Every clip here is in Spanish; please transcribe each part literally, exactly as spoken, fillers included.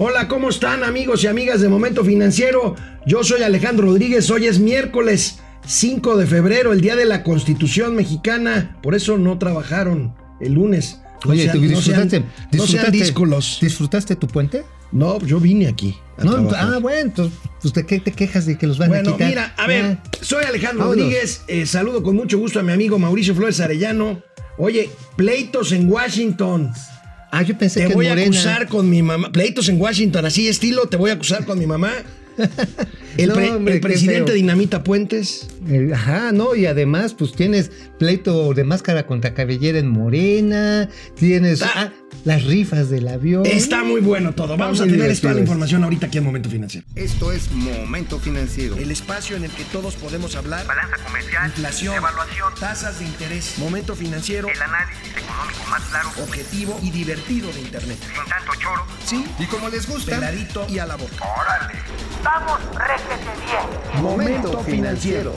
Hola, ¿cómo están amigos y amigas de Momento Financiero? Yo soy Alejandro Rodríguez, hoy es miércoles cinco de febrero, el día de la Constitución Mexicana, por eso no trabajaron el lunes. No Oye, sean, ¿tú disfrutaste, no sean, disfrutaste, no sean díscolos. ¿Disfrutaste tu puente? No, yo vine aquí a no, trabajar. Ah, bueno, entonces, pues, ¿de qué te quejas de que los van bueno, a quitar? Bueno, mira, a ver, ah. soy Alejandro Vámonos. Rodríguez, eh, saludo con mucho gusto a mi amigo Mauricio Flores Arellano. Oye, pleitos en Washington. Ah, yo pensé te que voy Morena. a acusar con mi mamá. Pleitos en Washington, así estilo, te voy a acusar con mi mamá. El, no, pre, hombre, el presidente feo. Dinamita Puentes. El, ajá, no, y además, pues tienes pleito de máscara contra cabellera en Morena, tienes Está, ah, las rifas del avión. Está muy bueno todo. Vamos Está a tener toda la divertido. información ahorita aquí en Momento Financiero. Esto es Momento Financiero. El espacio en el que todos podemos hablar. Balanza comercial, Inflación, evaluación, tasas de interés. Momento Financiero. el análisis económico más claro, Objetivo y divertido de Internet. sin tanto choro. Sí, Y como les gusta, peladito y a la boca. ¡Órale! ¡Vamos, réjete bien! Momento Financiero.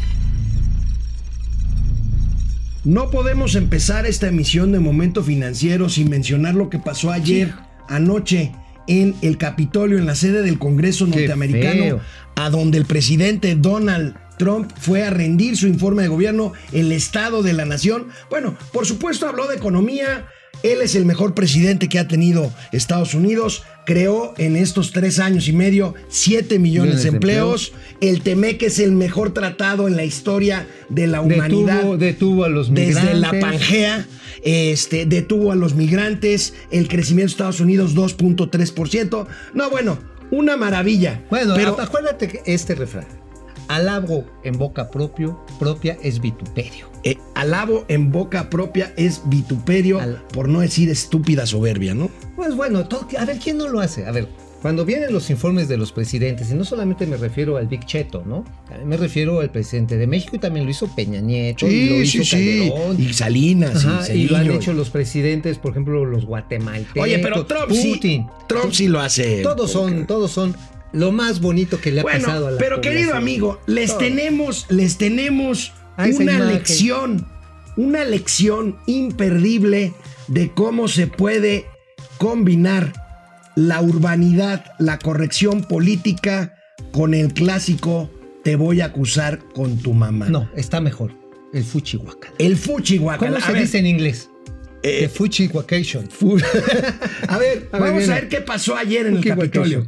No podemos empezar esta emisión de Momento Financiero sin mencionar lo que pasó ayer, anoche, en el Capitolio, en la sede del Congreso Qué norteamericano, feo. a donde el presidente Donald Trump fue a rendir su informe de gobierno, el Estado de la Nación. Bueno, por supuesto habló de economía. Él es el mejor presidente que ha tenido Estados Unidos. Creó en estos tres años y medio siete millones de empleos. El Temec es el mejor tratado en la historia de la humanidad. Detuvo, detuvo a los migrantes. Desde la Pangea, este, detuvo a los migrantes. El crecimiento de Estados Unidos dos punto tres por ciento. No, bueno, una maravilla. Bueno, pero acuérdate que este refrán. Alabo en boca propio, propia es vituperio. eh, alabo en boca propia es vituperio, Al- por no decir estúpida soberbia, ¿no? Pues bueno, todo, a ver, ¿quién no lo hace? A ver, cuando vienen los informes de los presidentes, y no solamente me refiero al Big Cheto, ¿no? También me refiero al presidente de México y también lo hizo Peña Nieto, y lo hizo Calderón. Y Salinas, Ajá, y y lo han Cedillo. hecho los presidentes, por ejemplo, los guatemaltecos. Oye, pero Trump Putin. sí, Trump sí lo hace. Todos son, todos son lo más bonito que le ha Bueno, pasado a la pero población. querido amigo, les Todo. tenemos, les tenemos Ah, esa una imagen. lección, una lección imperdible de cómo se puede combinar la urbanidad, la corrección política con el clásico te voy a acusar con tu mamá. No, está mejor. El fuchihuacal. El fuchihuacal. ¿Cómo A se ver, dice en inglés? eh, The fuchihuacation. fu- a ver, A ver, vamos viene. a ver qué pasó ayer en el Fuchihuacation. Capitolio.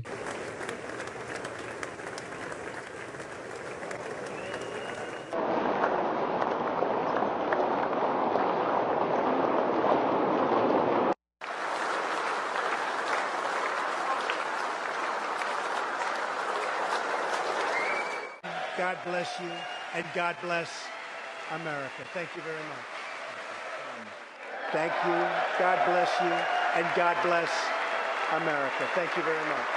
God bless you, and God bless America. Thank you very much. Thank you. God bless you, and God bless America. Thank you very much.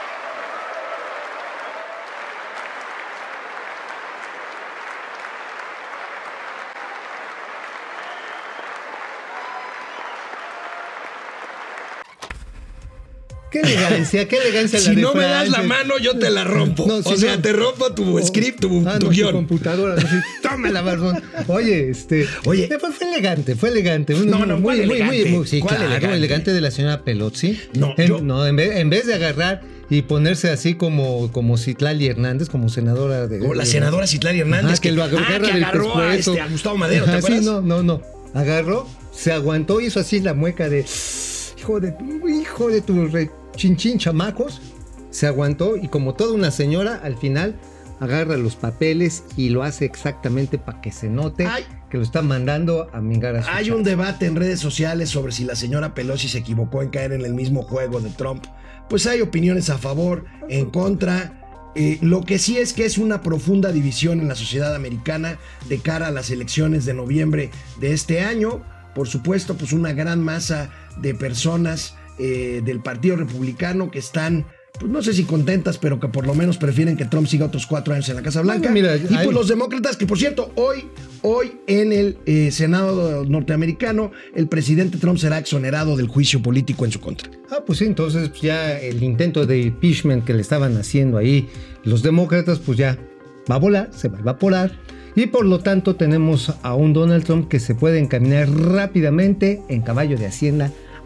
Qué elegancia, qué elegancia la Si de no me das la Francia. mano, yo te la rompo. No, o si sea, no- te rompo tu Oh, script, tu, ah, tu no, guión. computadora, no, sí. Tómala, Barbón. Oye, este. Oye. Fue, fue elegante, fue elegante. Muy, No, no, muy, ¿cuál muy, muy, elegante? muy- sí, ¿Cuál claro, elegante? elegante de la señora Pelosi. No, en, yo- no, en vez, en vez de agarrar y ponerse así como, como Citlali Hernández, como senadora de. Como la de- senadora Citlali Hernández, Ajá, que, lo agarra ah, que del agarró a, pescuezo. este, a Gustavo Madero, ¿te Ajá, acuerdas? Sí, no, no, no. Agarró, se aguantó, hizo así la mueca de. Hijo de, hijo de tu re, chinchín chamacos. Se aguantó y como toda una señora, al final agarra los papeles y lo hace exactamente para que se note Ay. que lo está mandando a mingar a su Hay chava. un debate en redes sociales sobre si la señora Pelosi se equivocó en caer en el mismo juego de Trump. Pues hay opiniones a favor, en contra. Eh, lo que sí es que es una profunda división en la sociedad americana de cara a las elecciones de noviembre de este año. Por supuesto, pues una gran masa de personas eh, del Partido Republicano que están, pues no sé si contentas, pero que por lo menos prefieren que Trump siga otros cuatro años en la Casa Blanca. Bueno, mira, y hay- pues los demócratas, que por cierto, hoy, hoy en el eh, Senado norteamericano, el presidente Trump será exonerado del juicio político en su contra. Ah, pues sí, entonces pues ya el intento de impeachment que le estaban haciendo ahí los demócratas, pues ya va a volar, se va a evaporar. Y por lo tanto tenemos a un Donald Trump que se puede encaminar rápidamente en caballo de Hacienda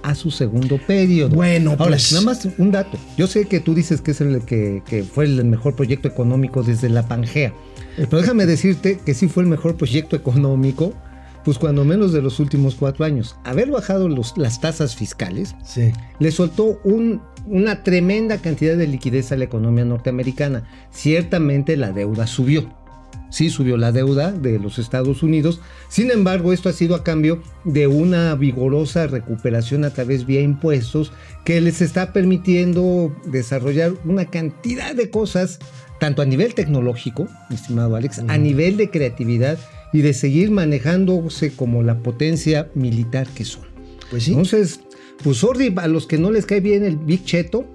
a su segundo periodo. Bueno, ahora, pues... nada más un dato. Yo sé que tú dices que es el que, que fue el mejor proyecto económico desde la Pangea, pero déjame decirte que sí fue el mejor proyecto económico, pues cuando menos de los últimos cuatro años. Haber bajado los, las tasas fiscales, Sí. le soltó un, una tremenda cantidad de liquidez a la economía norteamericana. Ciertamente la deuda subió. Sí subió la deuda de los Estados Unidos. Sin embargo, esto ha sido a cambio de una vigorosa recuperación a través vía impuestos que les está permitiendo desarrollar una cantidad de cosas, tanto a nivel tecnológico, mi estimado Alex, uh-huh. a nivel de creatividad y de seguir manejándose como la potencia militar que son. Pues sí. Entonces, pues sorry a los que no les cae bien el Big Cheto,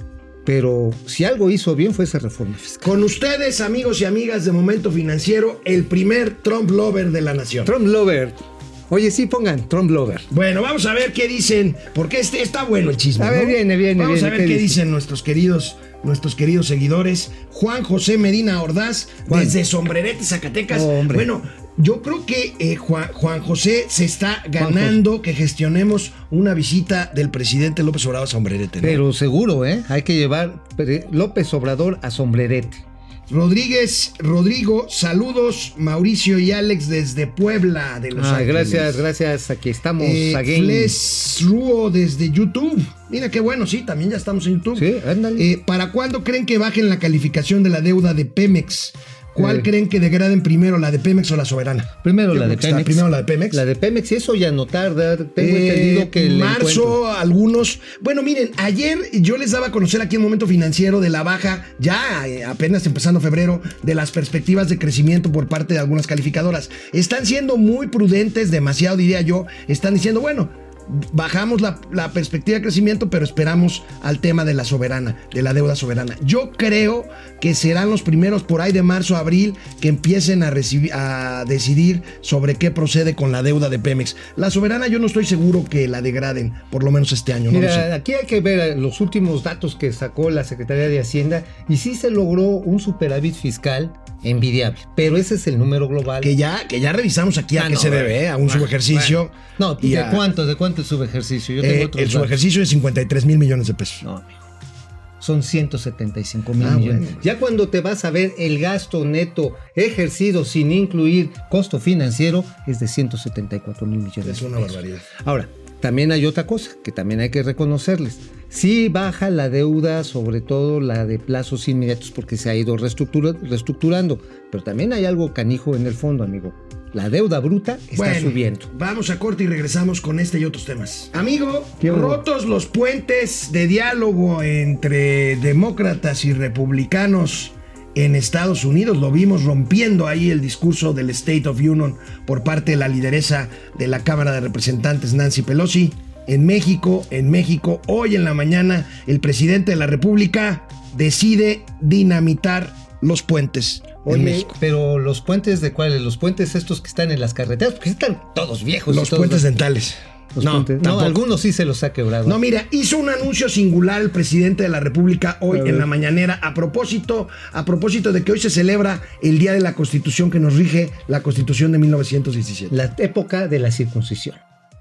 pero si algo hizo bien fue esa reforma fiscal. Con ustedes, amigos y amigas de Momento Financiero, el primer Trump lover de la nación. Trump lover. Oye, sí, pongan Trump lover. Bueno, vamos a ver qué dicen, porque este está bueno el chisme. A ver, ¿no? viene, viene, Vamos viene, a ver ¿qué qué, dice? dicen nuestros queridos, nuestros queridos seguidores. Juan José Medina Ordaz, Juan. desde Sombrerete, Zacatecas. Oh, hombre. Bueno, yo creo que eh, Juan, Juan José se está ganando que gestionemos una visita del presidente López Obrador a Sombrerete, ¿no? Pero seguro, ¿eh? Hay que llevar López Obrador a Sombrerete. Rodríguez, Rodrigo, saludos, Mauricio y Alex desde Puebla, de Los Ah, Ángeles. gracias, gracias. Aquí estamos. Eh, again. Fles Ruo desde YouTube. Mira qué bueno, sí, también ya estamos en YouTube. Sí, ándale. Eh, ¿Para cuándo creen que bajen la calificación de la deuda de Pemex? ¿Cuál Eh. creen que degraden primero, la de Pemex o la Soberana? Primero Yo la creo de que está Pemex. primero la de Pemex. La de Pemex, y eso ya no tarda. Tengo Eh, entendido que el marzo, encuentro- algunos. Bueno, miren, ayer yo les daba a conocer aquí en Momento Financiero de la baja, ya eh, apenas empezando febrero, de las perspectivas de crecimiento por parte de algunas calificadoras. Están siendo muy prudentes, demasiado diría yo. Están diciendo, bueno, bajamos la, la perspectiva de crecimiento, pero esperamos al tema de la soberana, de la deuda soberana. Yo creo que serán los primeros por ahí de marzo a abril que empiecen a, recibir, a decidir sobre qué procede con la deuda de Pemex. La soberana yo no estoy seguro que la degraden, por lo menos este año. No lo sé. Mira, aquí hay que ver los últimos datos que sacó la Secretaría de Hacienda y sí se logró un superávit fiscal envidiable, pero ese es el número global. Que ya, que ya revisamos aquí a Ah, qué no, se bueno, debe, ¿eh? A un bueno, subejercicio. bueno. No, y ¿de a- cuánto? ¿De cuánto el subejercicio? Yo tengo eh, otros el datos. subejercicio es cincuenta y tres mil millones de pesos. No, amigo. Son ciento setenta y cinco mil Ah, millones. bueno. Ya cuando te vas a ver el gasto neto ejercido sin incluir costo financiero es de ciento setenta y cuatro mil millones. Es de una pesos. barbaridad. Ahora, también hay otra cosa que también hay que reconocerles. Sí baja la deuda, sobre todo la de plazos inmediatos, porque se ha ido reestructura- reestructurando. Pero también hay algo canijo en el fondo, amigo. La deuda bruta está Bueno, subiendo. vamos a corte y regresamos con este y otros temas. Amigo, ¿Qué hubo? rotos los puentes de diálogo entre demócratas y republicanos en Estados Unidos. Lo vimos rompiendo ahí el discurso del State of Union por parte de la lideresa de la Cámara de Representantes, Nancy Pelosi. En México, en México, hoy en la mañana, el presidente de la República decide dinamitar los puentes en Oye, México. pero los puentes de cuáles? Los puentes estos que están en las carreteras, porque están todos viejos. y Los todos puentes dentales. los no, puentes- no, tampoco. algunos sí se los ha quebrado. No, mira, hizo un anuncio singular el presidente de la República hoy A ver. en la mañanera a propósito, a propósito de que hoy se celebra el Día de la Constitución que nos rige la Constitución de mil novecientos diecisiete. La época de la circuncisión.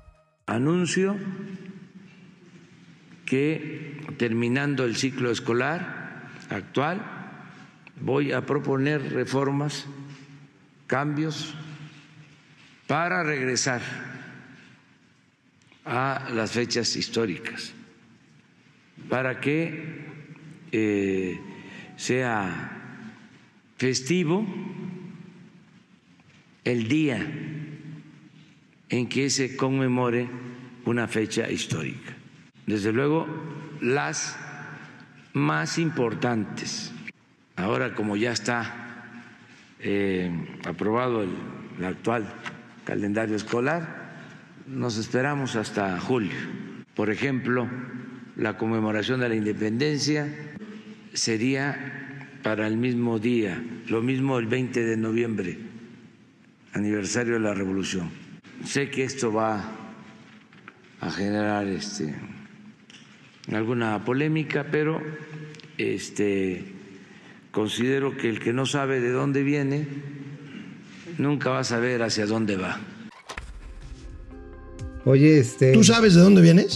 Anuncio que terminando el ciclo escolar actual voy a proponer reformas, cambios para regresar a las fechas históricas, para que eh, sea festivo el día en que se conmemore una fecha histórica. Desde luego, las más importantes. Ahora, como ya está eh, aprobado el, el actual calendario escolar, nos esperamos hasta julio. Por ejemplo, la conmemoración de la independencia sería para el mismo día, lo mismo el veinte de noviembre, aniversario de la Revolución. Sé que esto va a generar este, alguna polémica, pero este, considero que el que no sabe de dónde viene nunca va a saber hacia dónde va. Oye, este. ¿Tú sabes de dónde vienes?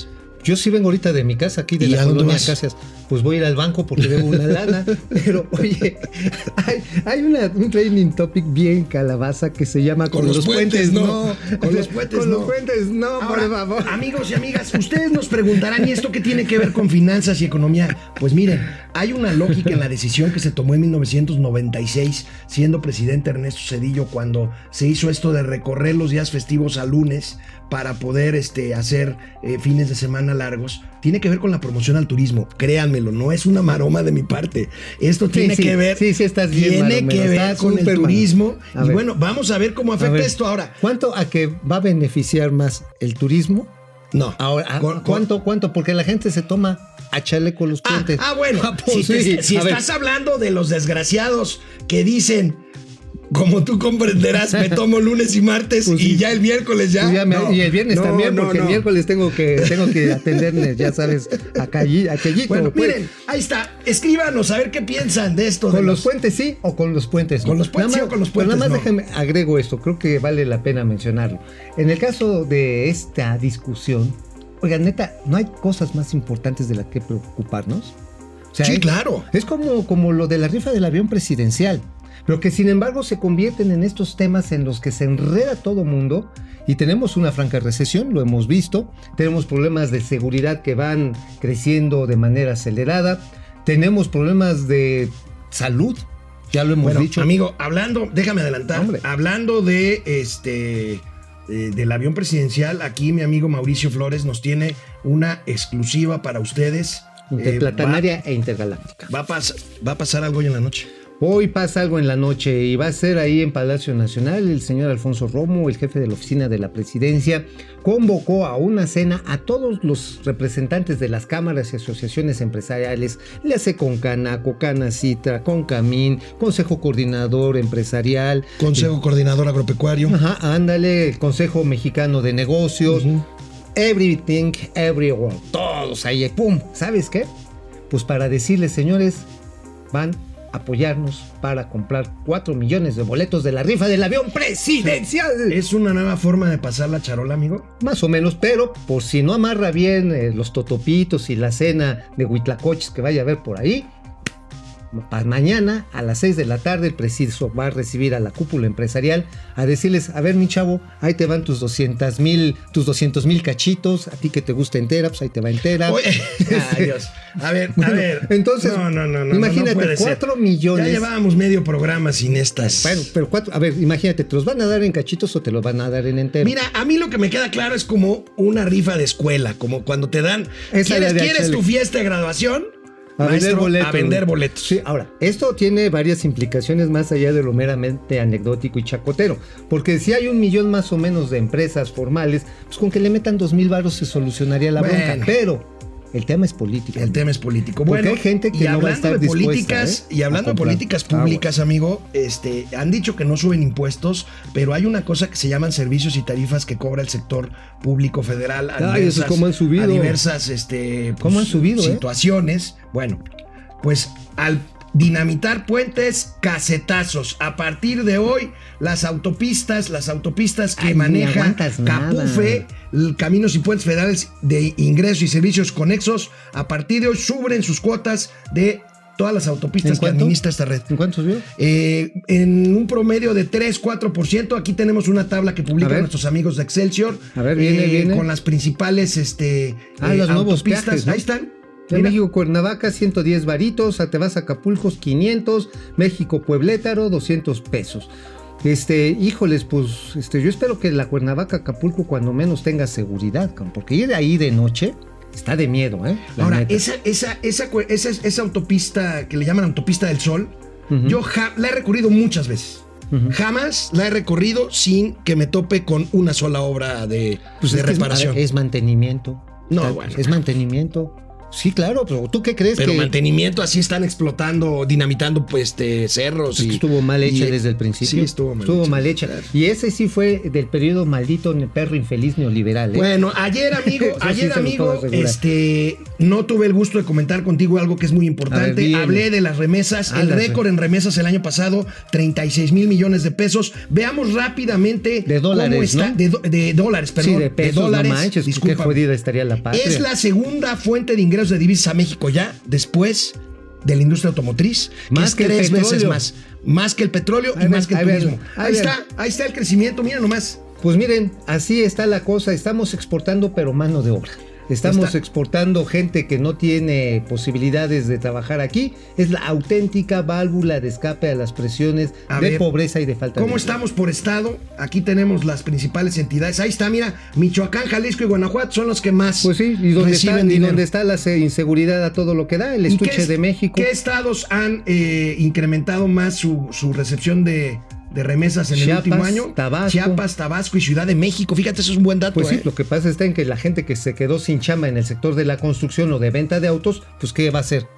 Yo sí vengo ahorita de mi casa, aquí de ¿Y la a dónde colonia vas? Casas. Pues voy a ir al banco porque debo una lana. Pero, oye, hay, hay una, un training topic bien calabaza que se llama Con, los, los puentes, puentes no. no. Con los puentes Con no. los puentes no, Ahora, por favor. amigos y amigas, ustedes nos preguntarán, ¿y esto qué tiene que ver con finanzas y economía? Pues miren, hay una lógica en la decisión que se tomó en mil novecientos noventa y seis, siendo presidente Ernesto Zedillo, cuando se hizo esto de recorrer los días festivos a lunes para poder este, hacer eh, fines de semana largos. Tiene que ver con la promoción al turismo. Créanmelo, no es una maroma de mi parte. Esto tiene sí, que sí, ver, sí, sí estás bien, tiene maromero, que ver estás con el súper turismo. mal. Y ver. bueno, vamos a ver cómo afecta ver, esto ahora. ¿Cuánto a que va a beneficiar más el turismo? No. Ahora, ¿a Con- ¿cuánto, cuánto? Porque la gente se toma a chaleco los Ah, puentes. ah, bueno, Ah, pues, si, te- sí. si A ver, estás hablando de los desgraciados que dicen, como tú comprenderás, me tomo lunes y martes Pues y sí. ya el miércoles ya. pues ya me- No, y el viernes no, también, no, porque no. el miércoles tengo que, tengo que atenderme, ya sabes, a, calli, a Callito. Bueno, pues. miren, ahí está. Escríbanos a ver qué piensan de esto. ¿Con de los puentes sí o con los puentes no? ¿Con los puentes Nada sí más- o con los pero puentes Nada más no? déjenme agrego esto, creo que vale la pena mencionarlo. En el caso de esta discusión, oigan, neta, no hay cosas más importantes de las que preocuparnos. O sea, Sí, es- claro. Es como, como lo de la rifa del avión presidencial, pero que sin embargo se convierten en estos temas en los que se enreda todo mundo y tenemos una franca recesión, lo hemos visto, tenemos problemas de seguridad que van creciendo de manera acelerada, tenemos problemas de salud, ya lo hemos Bueno, dicho. amigo, hablando, déjame adelantar, Hombre. hablando de este eh, del avión presidencial, aquí mi amigo Mauricio Flores nos tiene una exclusiva para ustedes. Eh, Interplanetaria e intergaláctica. va, va, a pas- va a pasar algo hoy en la noche. Hoy pasa algo en la noche y va a ser ahí en Palacio Nacional. El señor Alfonso Romo, el jefe de la oficina de la presidencia, convocó a una cena a todos los representantes de las cámaras y asociaciones empresariales. Le hace con Canaco, Canacitra, con Camín, Consejo Coordinador Empresarial. Consejo Coordinador Agropecuario. Ajá, ándale, el Consejo Mexicano de Negocios. Ujú. Everything, everywhere. Todos ahí, ¡pum! ¿Sabes qué? Pues para decirles, señores, van a apoyarnos para comprar cuatro millones de boletos de la rifa del avión presidencial. ¿Es una nueva forma de pasar la charola, amigo? Más o menos, pero por si no amarra bien eh, los totopitos y la cena de huitlacoches que vaya a haber por ahí, para mañana a las seis de la tarde el preciso va a recibir a la cúpula empresarial a decirles, a ver mi chavo, ahí te van tus doscientos mil, tus doscientos mil cachitos, a ti que te gusta entera, pues ahí te va entera. Oye, ay, Dios. A ver, a Bueno, ver. entonces, no, no, no, no, imagínate, no puede ser. cuatro millones. Ya llevábamos medio programa sin estas. Bueno, pero cuatro, a ver, imagínate, ¿te los van a dar en cachitos o te los van a dar en entero? Mira, a mí lo que me queda claro es como una rifa de escuela, como cuando te dan. Esa ¿Quieres, la de ¿quieres Achele. tu fiesta de graduación? A Maestro, vender boletos. A vender boletos. Sí, ahora, esto tiene varias implicaciones más allá de lo meramente anecdótico y chacotero, porque si hay un millón más o menos de empresas formales, pues con que le metan dos mil varos se solucionaría la Bueno. bronca, pero el tema es política. El tema es político. Porque Bueno, hay gente que y no va a hablando estar de dispuesta, políticas ¿eh? y hablando a de comprar. políticas públicas, amigo, este, han dicho que no suben impuestos, pero hay una cosa que se llaman servicios y tarifas que cobra el sector público federal a Ay, diversas, esos cómo han subido. a diversas este, pues, ¿Cómo han subido, eh? situaciones. Bueno, pues al dinamitar puentes, casetazos. A partir de hoy, las autopistas, las autopistas que Ay, ni maneja aguantas nada. Capufe, Caminos y Puentes Federales de Ingresos y Servicios Conexos, a partir de hoy suben sus cuotas de todas las autopistas ¿En que cuánto? administra esta red. ¿En cuántos vio? Eh, en un promedio de tres cuatro por ciento. Aquí tenemos una tabla que A publican ver. nuestros amigos de Excelsior. A ver, viene, eh, viene. Con las principales este, Ah, eh, los nuevos autopistas. peajes, ¿no? Ahí están. En Mira. México, Cuernavaca, ciento diez varitos, a te vas a Acapulco, quinientos, México, Pueblétaro, doscientos pesos. Este, híjoles, pues, este, yo espero que la Cuernavaca, Acapulco, cuando menos tenga seguridad, cabrón, porque ir ahí de noche está de miedo, ¿eh? La Ahora, neta. esa, esa, esa, cue- esa, esa autopista que le llaman autopista del Sol, Ujú. yo ja- la he recorrido muchas veces. Ujú. Jamás la he recorrido sin que me tope con una sola obra de, Pues de es que es- reparación. a ver, es mantenimiento. No, Está- bueno. Es mantenimiento. Sí, claro, pero ¿tú qué crees Pero que mantenimiento, así están explotando, dinamitando pues este, cerros. es que y- estuvo mal hecha y- desde el principio? Sí, estuvo mal Estuvo hecha. mal hecha. Y ese sí fue del periodo maldito ne- perro infeliz neoliberal, ¿eh? Bueno, ayer, amigo, Eso sí ayer, se lo puedo amigo, asegurar. este, no tuve el gusto de comentar contigo algo que es muy importante. Ver, Hablé de las remesas, ah, el las récord en remesas el año pasado, treinta y seis mil millones de pesos. Veamos rápidamente de dólares, cómo está, ¿no? de, do, de dólares, perdón, sí, de pesos, de dólares. No manches, qué jodida estaría la patria. Es la segunda fuente de ingresos de divisas a México ya, después de la industria automotriz, más que es que tres el veces petróleo. más, más que el petróleo y ver, más que el ver, turismo. Ahí ver. está, ahí está el crecimiento, mira nomás. Pues miren, así está la cosa, estamos exportando pero mano de obra. Estamos Está. exportando gente que no tiene posibilidades de trabajar aquí. Es la auténtica válvula de escape a las presiones a de ver, pobreza y de falta ¿Cómo de estamos por estado? Aquí tenemos las principales entidades. Ahí está, mira, Michoacán, Jalisco y Guanajuato son los que más pues sí, y donde reciben está, dinero. Y donde está la inseguridad a todo lo que da, el estuche qué, de México. ¿Qué estados han eh, incrementado más su, su recepción de... de remesas en Chiapas, el último año? Tabasco. Chiapas, Tabasco y Ciudad de México. Fíjate, eso es un buen dato. Pues sí, ¿eh? lo que pasa está en que la gente que se quedó sin chamba en el sector de la construcción o de venta de autos, pues ¿qué va a hacer?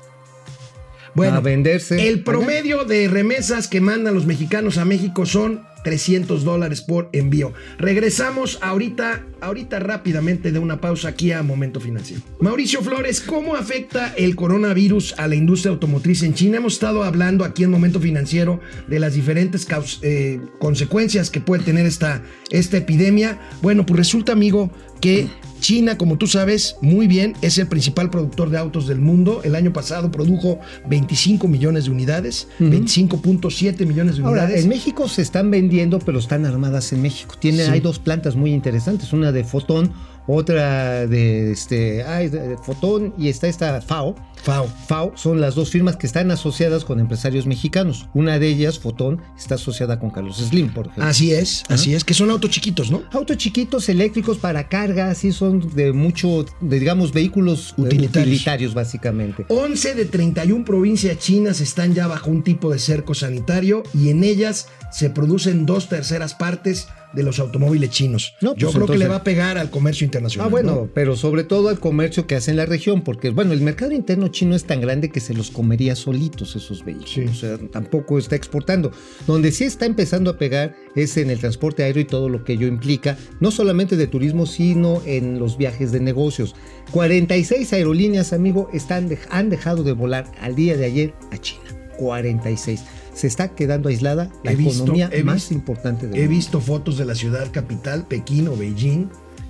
Bueno, a venderse. El promedio de remesas que mandan los mexicanos a México son trescientos dólares por envío. Regresamos ahorita, ahorita rápidamente de una pausa aquí a Momento Financiero. Mauricio Flores, ¿cómo afecta el coronavirus a la industria automotriz en China? Hemos estado hablando aquí en Momento Financiero de las diferentes caus- eh, consecuencias que puede tener esta, esta epidemia. Bueno, pues resulta, amigo, que China, como tú sabes muy bien, es el principal productor de autos del mundo. El año pasado produjo veinticinco millones de unidades, uh-huh. veinticinco punto siete millones de unidades. Ahora, en México se están vendiendo, pero están armadas en México. Tiene, sí. Hay dos plantas muy interesantes, una de Fotón, otra de este, ay, de Fotón y está esta FAO. FAO. FAO son las dos firmas que están asociadas con empresarios mexicanos. Una de ellas, Fotón, está asociada con Carlos Slim, por ejemplo. Así es, ¿Ah? así es, que son autos chiquitos, ¿no? Autos chiquitos, eléctricos para carga, sí son de mucho, de, digamos, vehículos utilitarios. utilitarios, básicamente. once de treinta y una provincias chinas están ya bajo un tipo de cerco sanitario y en ellas se producen dos terceras partes de los automóviles chinos. No, pues Yo creo entonces, que le va a pegar al comercio internacional. Ah, bueno, ¿no? Pero sobre todo al comercio que hace en la región, porque, bueno, el mercado interno chino es tan grande que se los comería solitos esos vehículos. Sí. O sea, tampoco está exportando. Donde sí está empezando a pegar es en el transporte aéreo y todo lo que ello implica, no solamente de turismo, sino en los viajes de negocios. cuarenta y seis aerolíneas, amigo, están de, han dejado de volar al día de ayer a China. cuarenta y seis. Se está quedando aislada la he economía visto, más visto, importante del He mundo. visto fotos de la ciudad capital, Pekín o Beijing,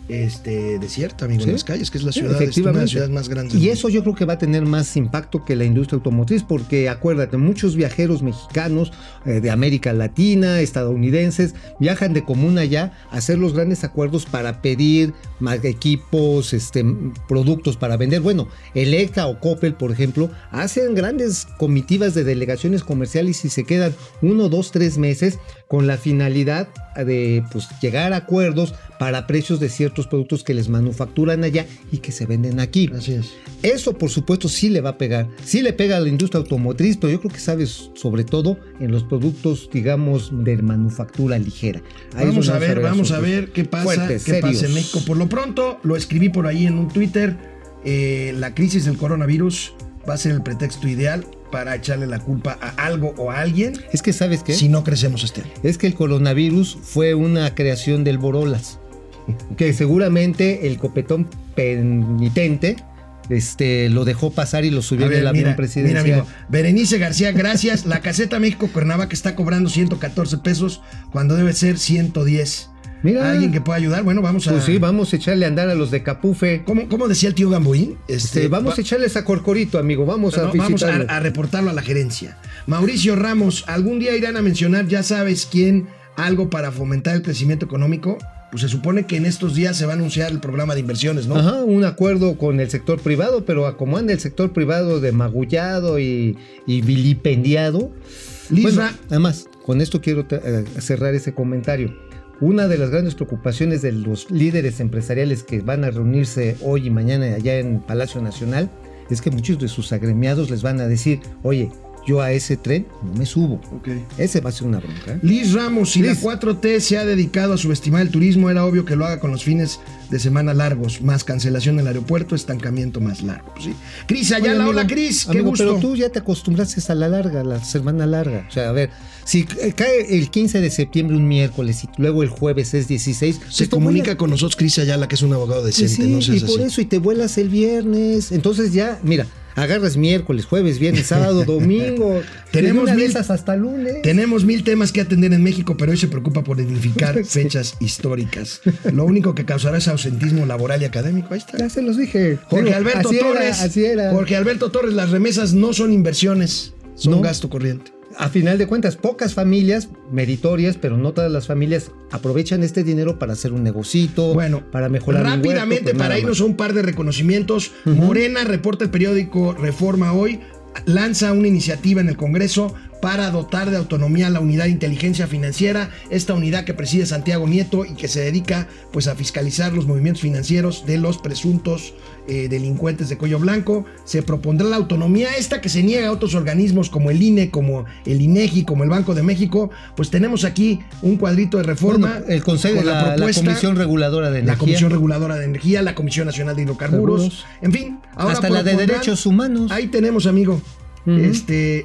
este, desierta, amigo, ¿Sí? en las calles, que es la ciudad, sí, una de las ciudades más grandes. Y eso yo creo que va a tener más impacto que la industria automotriz, porque acuérdate, muchos viajeros mexicanos eh, de América Latina, estadounidenses, viajan de común allá a hacer los grandes acuerdos para pedir más equipos, este, productos para vender. Bueno, Electra o Coppel, por ejemplo, hacen grandes comitivas de delegaciones comerciales y se quedan uno, dos, tres meses con la finalidad de pues, llegar a acuerdos para precios de ciertos productos que les manufacturan allá y que se venden aquí. Así es. Eso, por supuesto, sí le va a pegar. Sí le pega a la industria automotriz, pero yo creo que sabes, sobre todo, en los productos, digamos, de manufactura ligera. Ahí vamos a ver, vamos a ver qué pasa, fuertes, qué pasa en México. Por lo pronto, lo escribí por ahí en un Twitter, eh, la crisis del coronavirus va a ser el pretexto ideal para echarle la culpa a algo o a alguien. Es que, ¿sabes qué? Si no crecemos este año. Es que el coronavirus fue una creación del Borolas, que seguramente el copetón penitente este, lo dejó pasar y lo subió en el avión mira, presidencial. Mira, amigo, Berenice García, gracias. La caseta México Cuernavaca está cobrando ciento catorce pesos cuando debe ser ciento diez. Mira, ¿alguien que pueda ayudar? Bueno, vamos a... Pues sí, vamos a echarle a andar a los de Capufe. ¿Cómo, cómo decía el tío Gamboín? Este, este, vamos va... a echarles a Corcorito, amigo. Vamos no, a Vamos a, a reportarlo a la gerencia. Mauricio Ramos, ¿algún día irán a mencionar, ya sabes quién, algo para fomentar el crecimiento económico? Pues se supone que en estos días se va a anunciar el programa de inversiones, ¿no? Ajá, un acuerdo con el sector privado, pero como anda el sector privado de magullado y, y vilipendiado. Lisra. Bueno, además, con esto quiero eh, cerrar ese comentario. Una de las grandes preocupaciones de los líderes empresariales que van a reunirse hoy y mañana allá en Palacio Nacional es que muchos de sus agremiados les van a decir, oye, yo a ese tren no me subo. Okay. Ese va a ser una bronca. ¿eh? Liz Ramos, si Liz. la cuatro T se ha dedicado a subestimar el turismo, era obvio que lo haga con los fines de semana largos, más cancelación del aeropuerto, estancamiento más largo. Pues sí. Cris Ayala, Oye, amigo, hola Cris, qué amigo, gusto. Pero tú ya te acostumbraste a la larga, la semana larga. O sea, a ver, si cae el quince de septiembre un miércoles y luego el jueves es dieciséis, Se pues te comunica vuelas. con nosotros Cris Ayala, que es un abogado decente, Sí, no seas y por así. eso, y te vuelas el viernes. Entonces ya, mira, agarras miércoles, jueves, viernes, sábado, domingo. Tenemos una de mil- esas hasta lunes. Tenemos mil temas que atender en México, pero hoy se preocupa por identificar fechas históricas. Lo único que causará es ausentismo laboral y académico. Ahí está. Ya se los dije. Jorge Digo, Alberto así Torres. Era, así era. Jorge Alberto Torres, las remesas no son inversiones, son No. gasto corriente. A final de cuentas, pocas familias meritorias, pero no todas las familias aprovechan este dinero para hacer un negocito, Bueno, para mejorar un huerto, rápidamente pues para nada irnos más. a un par de reconocimientos. Morena, reporta el periódico Reforma hoy, lanza una iniciativa en el Congreso para dotar de autonomía a la unidad de inteligencia financiera, esta unidad que preside Santiago Nieto y que se dedica pues a fiscalizar los movimientos financieros de los presuntos eh, delincuentes de cuello blanco. Se propondrá la autonomía esta que se niega a otros organismos como el I N E, como el INEGI, como el Banco de México. Pues tenemos aquí un cuadrito de reforma. Bueno, el Consejo, con la, la Comisión Reguladora de Energía. La Comisión Reguladora de Energía, la Comisión Nacional de Hidrocarburos, Seguros. en fin. Ahora Hasta la de propondrán- Derechos Humanos. Ahí tenemos, amigo. Ujú. Este,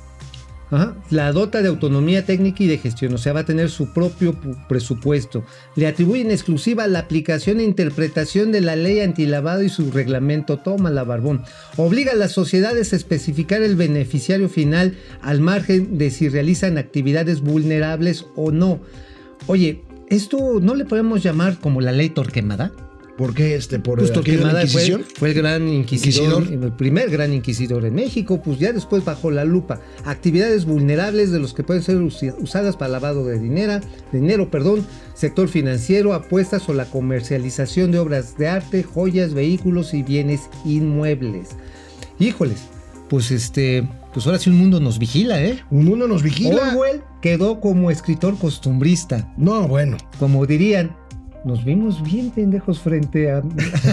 Ajá. La dota de autonomía técnica y de gestión, o sea, va a tener su propio pu- presupuesto. Le atribuyen exclusiva la aplicación e interpretación de la ley antilavado y su reglamento. Tómala, barbón. Obliga a las sociedades a especificar el beneficiario final al margen de si realizan actividades vulnerables o no. Oye, ¿esto no le podemos llamar como la ley Torquemada? ¿por qué este? ¿Por Pues aquello de la Torquemada fue, Inquisición? fue el gran inquisidor, Inquisidor. el primer gran inquisidor en México, pues ya después bajo la lupa. Actividades vulnerables de los que pueden ser usi- usadas para lavado de dinero, dinero, perdón, sector financiero, apuestas o la comercialización de obras de arte, joyas, vehículos y bienes inmuebles. Híjoles, pues este, pues ahora sí un mundo nos vigila, ¿eh? Un mundo nos vigila. Orwell quedó como escritor costumbrista, No, bueno. como dirían. Nos vimos bien pendejos frente a,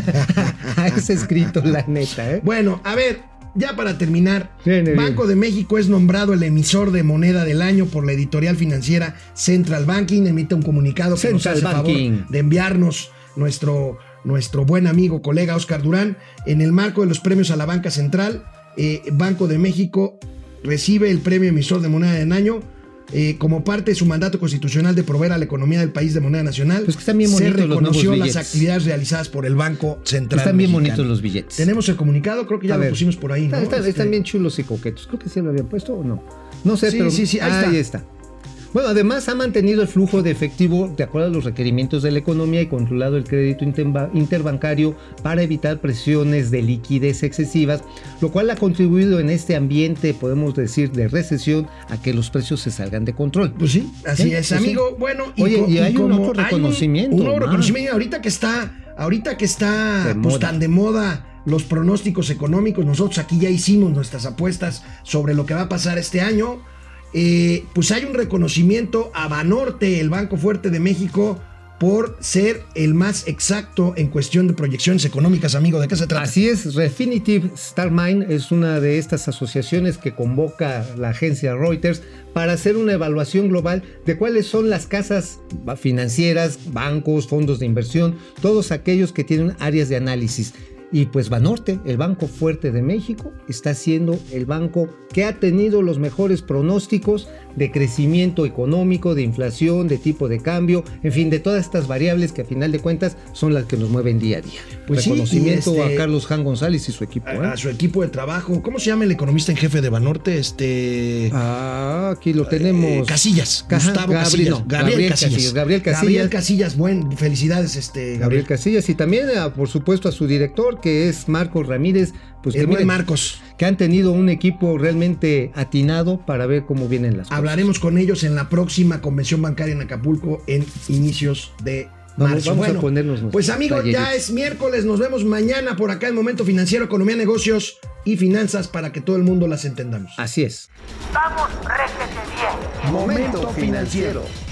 a ese escrito, la neta, ¿eh? Bueno, a ver, ya para terminar, Viene Banco de México es nombrado el emisor de moneda del año por la editorial financiera Central Banking. Emite un comunicado que nos Central hace Banking. favor de enviarnos nuestro, nuestro buen amigo, colega Oscar Durán. En el marco de los premios a la banca central, eh, Banco de México recibe el premio emisor de moneda del año. Eh, como parte de su mandato constitucional de proveer a la economía del país de moneda nacional, Pues que están bien se bonitos los reconoció nuevos las billetes. actividades realizadas por el Banco Central Están bien Mexicano. bonitos los billetes. Tenemos el comunicado, creo que ya A lo ver. pusimos por ahí, ¿no? Están, están- Este, están bien chulos y coquetos. Creo que sí lo habían puesto o no. No sé, Sí, pero sí, sí, ahí está. ahí está. Bueno, además ha mantenido el flujo de efectivo de acuerdo a los requerimientos de la economía y controlado el crédito interba- interbancario para evitar presiones de liquidez excesivas, lo cual ha contribuido en este ambiente, podemos decir, de recesión a que los precios se salgan de control. Pues sí, así Sí, es, sí, amigo. sí. Bueno, Oye, y hay un como otro hay reconocimiento, Un, nuevo más. reconocimiento. Ahorita que está, ahorita que está De pues, moda. tan de moda los pronósticos económicos, nosotros aquí ya hicimos nuestras apuestas sobre lo que va a pasar este año. Eh, pues hay un reconocimiento a Banorte, el Banco Fuerte de México, por ser el más exacto en cuestión de proyecciones económicas, amigo. ¿De qué se trata? Así es, Refinitiv Starmine es una de estas asociaciones que convoca la agencia Reuters para hacer una evaluación global de cuáles son las casas financieras, bancos, fondos de inversión, todos aquellos que tienen áreas de análisis. Y pues Banorte, el Banco Fuerte de México, está siendo el banco que ha tenido los mejores pronósticos de crecimiento económico, de inflación, de tipo de cambio, en fin, de todas estas variables que a final de cuentas son las que nos mueven día a día. Pues sí, Reconocimiento y este- a Carlos Jan González y su equipo. ¿eh? A, a su equipo de trabajo. ¿Cómo se llama el economista en jefe de Banorte? Este. Ah, aquí lo tenemos. Eh, Casillas, Ajá, Gustavo Gabriel, Casillas, no, Gabriel, Gabriel Casillas. Casillas, Gabriel Casillas. Gabriel Casillas, buen, felicidades, este, Gabriel Gabriel. Casillas y también, a, por supuesto, a su director, que es Marcos Ramírez, pues El que, buen miren, Marcos. que han tenido un equipo realmente atinado para ver cómo vienen las cosas. Hablaremos con ellos en la próxima convención bancaria en Acapulco en inicios de Vamos- marzo. vamos a Bueno, ponernos pues amigos, ya playeritas. es miércoles, nos vemos mañana por acá en Momento Financiero, Economía, Negocios y Finanzas para que todo el mundo las entendamos. Así es. Vamos, réjete bien. Momento financiero.